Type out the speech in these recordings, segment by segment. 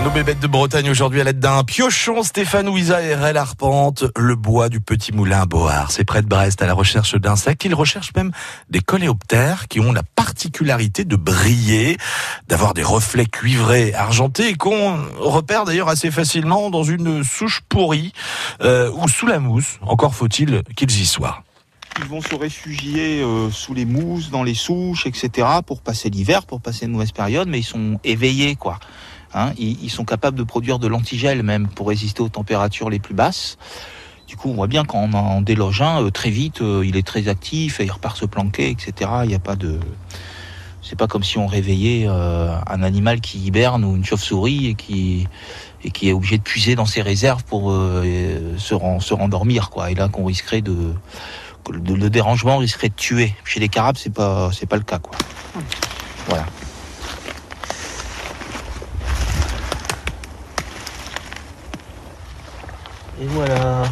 Nos bébêtes de Bretagne aujourd'hui à l'aide d'un piochon. Stéphane Ouisa et RL arpente le bois du Petit Moulin à Bohard. C'est près de Brest, à la recherche d'insectes. Ils recherchent même des coléoptères qui ont la particularité de briller, d'avoir des reflets cuivrés, argentés et qu'on repère d'ailleurs assez facilement dans une souche pourrie ou sous la mousse. Encore faut-il qu'ils y soient. Ils vont se réfugier sous les mousses, dans les souches, etc. pour passer l'hiver, pour passer une mauvaise période, mais ils sont éveillés, quoi. Ils sont capables de produire de l'antigel même pour résister aux températures les plus basses. Du coup, on voit bien quand on en déloge un, très vite, il est très actif et il repart se planquer, etc. Il y a pas de... C'est pas comme si on réveillait un animal qui hiberne ou une chauve-souris et qui est obligé de puiser dans ses réserves pour se rendormir, quoi. Et là, qu'on risquerait le dérangement risquerait de tuer. Chez les carabes, c'est pas le cas, quoi. Voilà. Et voilà.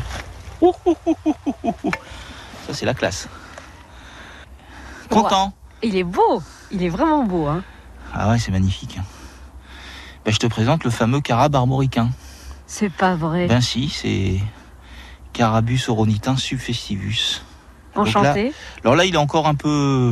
Ça, c'est la classe. Content. Il est beau. Il est vraiment beau, hein. Ah ouais, c'est magnifique. Ben, je te présente le fameux carabe armoricain. C'est pas vrai. Ben si, c'est Carabus oronitin subfestivus. Enchanté. Alors là, il est encore un peu...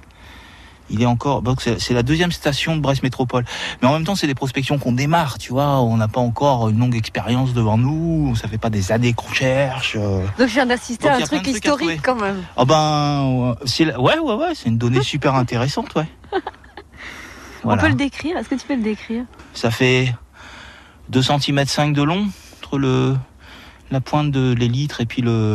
Donc c'est la deuxième station de Brest Métropole. Mais en même temps, c'est des prospections qu'on démarre, tu vois. On n'a pas encore une longue expérience devant nous. Ça fait pas des années qu'on cherche. Donc je viens d'assister à un truc historique quand même. Ah ben, ouais, c'est une donnée super intéressante, ouais. Voilà. On peut le décrire. Est-ce que tu peux le décrire? Ça fait 2,5 cm de long entre la pointe de l'élytre et puis le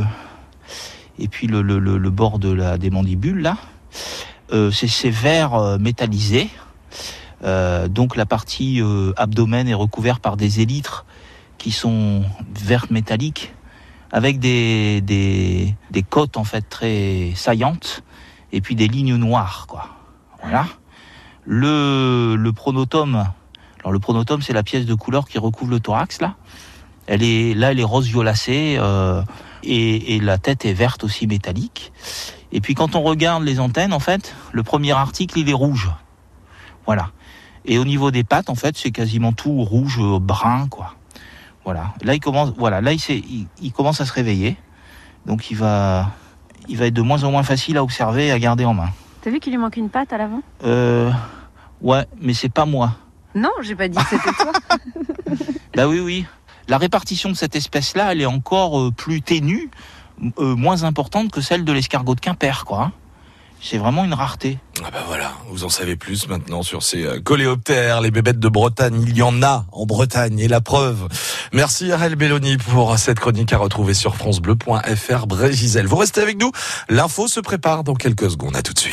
bord des mandibules là. C'est vert métallisé. Donc la partie abdomen est recouverte par des élytres qui sont vertes métalliques avec des côtes en fait très saillantes et puis des lignes noires, quoi. Voilà. Le pronotum. Alors le pronotum, c'est la pièce de couleur qui recouvre le thorax là. Elle est rose violacée et la tête est verte aussi métallique. Et puis quand on regarde les antennes, en fait, le premier article, il est rouge. Voilà. Et au niveau des pattes, en fait, c'est quasiment tout rouge, brun, quoi. Voilà. Là, il commence à se réveiller. Donc, il va être de moins en moins facile à observer et à garder en main. T'as vu qu'il lui manque une patte à l'avant? Ouais, mais c'est pas moi. Non, j'ai pas dit que c'était toi. Bah oui. La répartition de cette espèce-là, elle est encore plus ténue. Moins importante que celle de l'escargot de Quimper, quoi. C'est vraiment une rareté. Ah bah voilà, vous en savez plus maintenant sur ces coléoptères, les bébêtes de Bretagne. Il y en a en Bretagne, et la preuve. Merci RL Belloni pour cette chronique à retrouver sur francebleu.fr Brégisel. Vous restez avec nous, l'info se prépare dans quelques secondes. À tout de suite.